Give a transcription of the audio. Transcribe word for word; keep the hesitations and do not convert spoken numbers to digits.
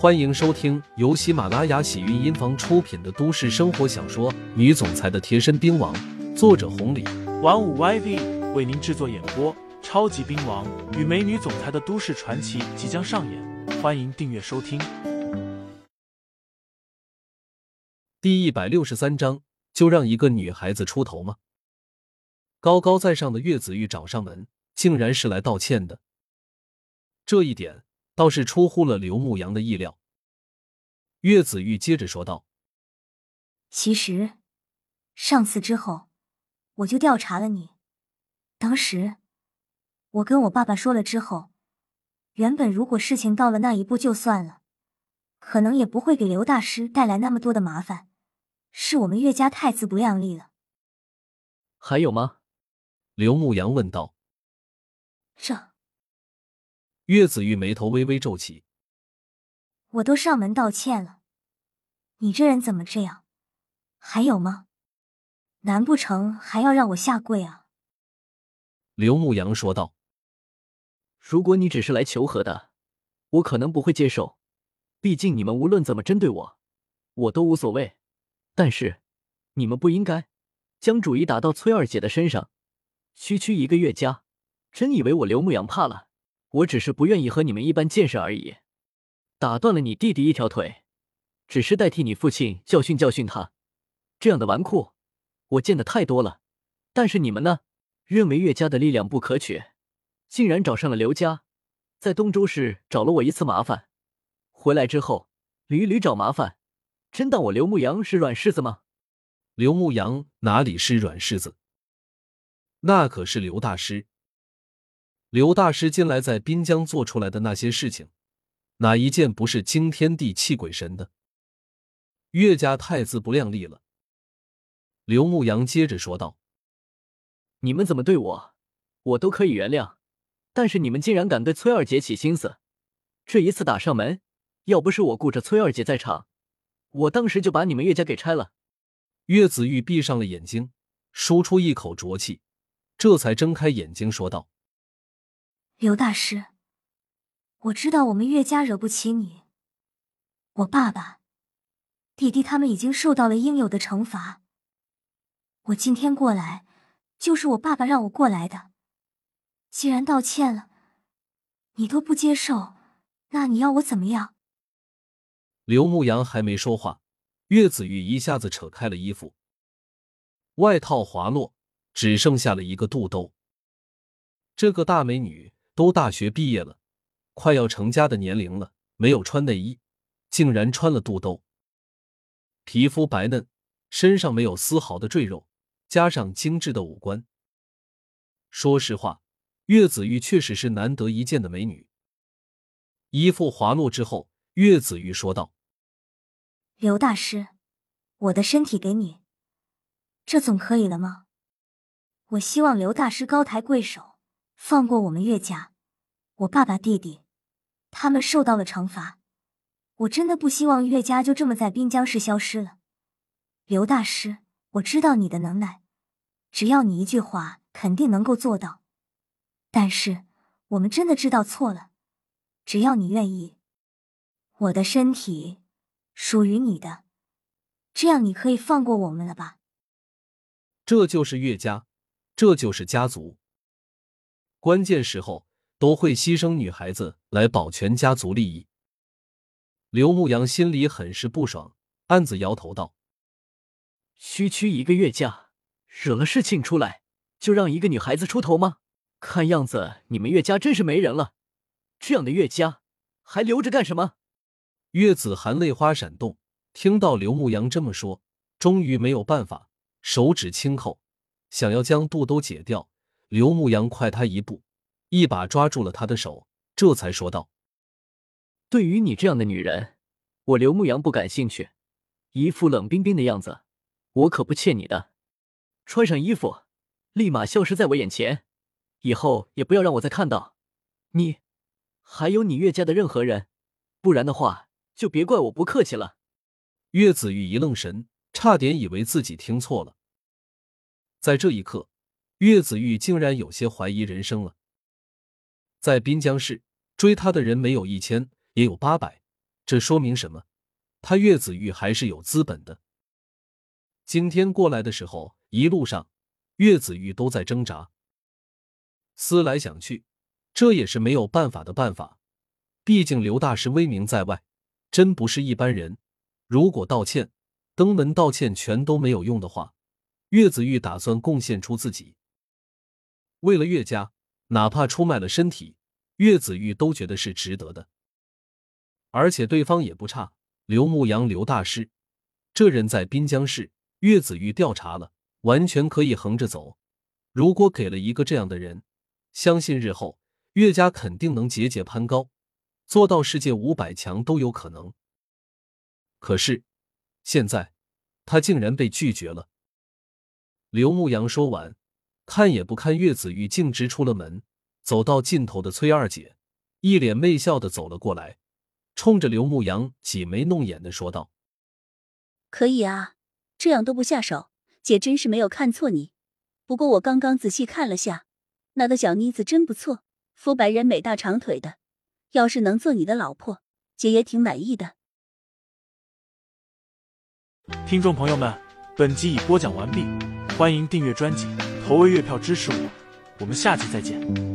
欢迎收听由喜马拉雅喜韵音房出品的都市生活小说《女总裁的贴身兵王》，作者红礼， 玩五 Y V 为您制作演播。超级兵王与美女总裁的都市传奇即将上演，欢迎订阅收听。 第一百六十三章，就让一个女孩子出头吗？高高在上的岳子玉找上门，竟然是来道歉的。这一点倒是出乎了刘牧阳的意料。岳子玉接着说道： 其实上次之后我就调查了你，当时我跟我爸爸说了之后，原本如果事情到了那一步就算了，可能也不会给刘大师带来那么多的麻烦，是我们岳家太自不量力了。 还有吗？ 刘牧阳问道。 这岳子玉眉头微微皱起。 我都上门道歉了，你这人怎么这样？还有吗？难不成还要让我下跪啊？ 刘牧阳说道。 如果你只是来求和的，我可能不会接受，毕竟你们无论怎么针对我，我都无所谓。但是你们不应该将主意打到崔二姐的身上。区区一个岳家，真以为我刘牧阳怕了？我只是不愿意和你们一般见识而已。打断了你弟弟一条腿，只是代替你父亲教训教训他，这样的纨绔我见得太多了。但是你们呢？认为岳家的力量不可取，竟然找上了刘家，在东州市找了我一次麻烦，回来之后屡屡找麻烦，真当我刘牧阳是软柿子吗？ 刘牧阳哪里是软柿子，那可是刘大师。刘大师近来在滨江做出来的那些事情，哪一件不是惊天地泣鬼神的？岳家太自不量力了。刘牧阳接着说道： 你们怎么对我，我都可以原谅，但是你们竟然敢对崔二姐起心思，这一次打上门，要不是我顾着崔二姐在场，我当时就把你们岳家给拆了。 岳子玉闭上了眼睛，输出一口浊气，这才睁开眼睛说道： 刘大师，我知道我们岳家惹不起你，我爸爸、弟弟他们已经受到了应有的惩罚，我今天过来就是我爸爸让我过来的。既然道歉了，你都不接受，那你要我怎么样？ 刘牧阳还没说话，岳子玉一下子扯开了衣服，外套滑落，只剩下了一个肚兜。这个大美女都大学毕业了，快要成家的年龄了，没有穿内衣，竟然穿了肚兜。皮肤白嫩，身上没有丝毫的赘肉，加上精致的五官。说实话，岳子玉确实是难得一见的美女。衣服滑落之后，岳子玉说道： 刘大师，我的身体给你，这总可以了吗？我希望刘大师高抬贵手，放过我们岳家，我爸爸弟弟他们受到了惩罚，我真的不希望岳家就这么在滨江市消失了。刘大师，我知道你的能耐，只要你一句话肯定能够做到，但是我们真的知道错了，只要你愿意，我的身体属于你的，这样你可以放过我们了吧？ 这就是岳家，这就是家族，关键时候都会牺牲女孩子来保全家族利益。刘牧阳心里很是不爽，暗自摇头道： 区区一个岳家，惹了事情出来，就让一个女孩子出头吗？看样子你们岳家真是没人了，这样的岳家还留着干什么？ 岳子涵泪花闪动，听到刘牧阳这么说，终于没有办法，手指轻扣，想要将肚兜解掉。刘牧阳快他一步，一把抓住了他的手，这才说道： 对于你这样的女人，我刘牧阳不感兴趣，一副冷冰冰的样子，我可不欠你的。穿上衣服，立马消失在我眼前，以后也不要让我再看到你还有你岳家的任何人，不然的话就别怪我不客气了。 岳子玉一愣神，差点以为自己听错了。在这一刻，岳子玉竟然有些怀疑人生了。在滨江市，追他的人没有一千，也有八百， 这说明什么？他岳子玉还是有资本的。今天过来的时候，一路上岳子玉都在挣扎。思来想去，这也是没有办法的办法。毕竟刘大师威名在外，真不是一般人。如果道歉、登门道歉全都没有用的话，岳子玉打算贡献出自己。为了岳家，哪怕出卖了身体，岳子玉都觉得是值得的。而且对方也不差，刘牧阳刘大师这人在滨江市，岳子玉调查了，完全可以横着走。如果给了一个这样的人，相信日后岳家肯定能节节攀高，做到世界五百强都有可能。可是现在他竟然被拒绝了。刘牧阳说完，看也不看岳子玉，径直出了门，走到尽头的崔二姐一脸媚笑的走了过来，冲着刘牧阳挤眉弄眼的说道： 可以啊，这样都不下手，姐真是没有看错你。不过我刚刚仔细看了下，那个小妮子真不错，肤白人美大长腿的，要是能做你的老婆，姐也挺满意的。 听众朋友们，本集已播讲完毕，欢迎订阅专辑，投喂月票支持我，我们下集再见。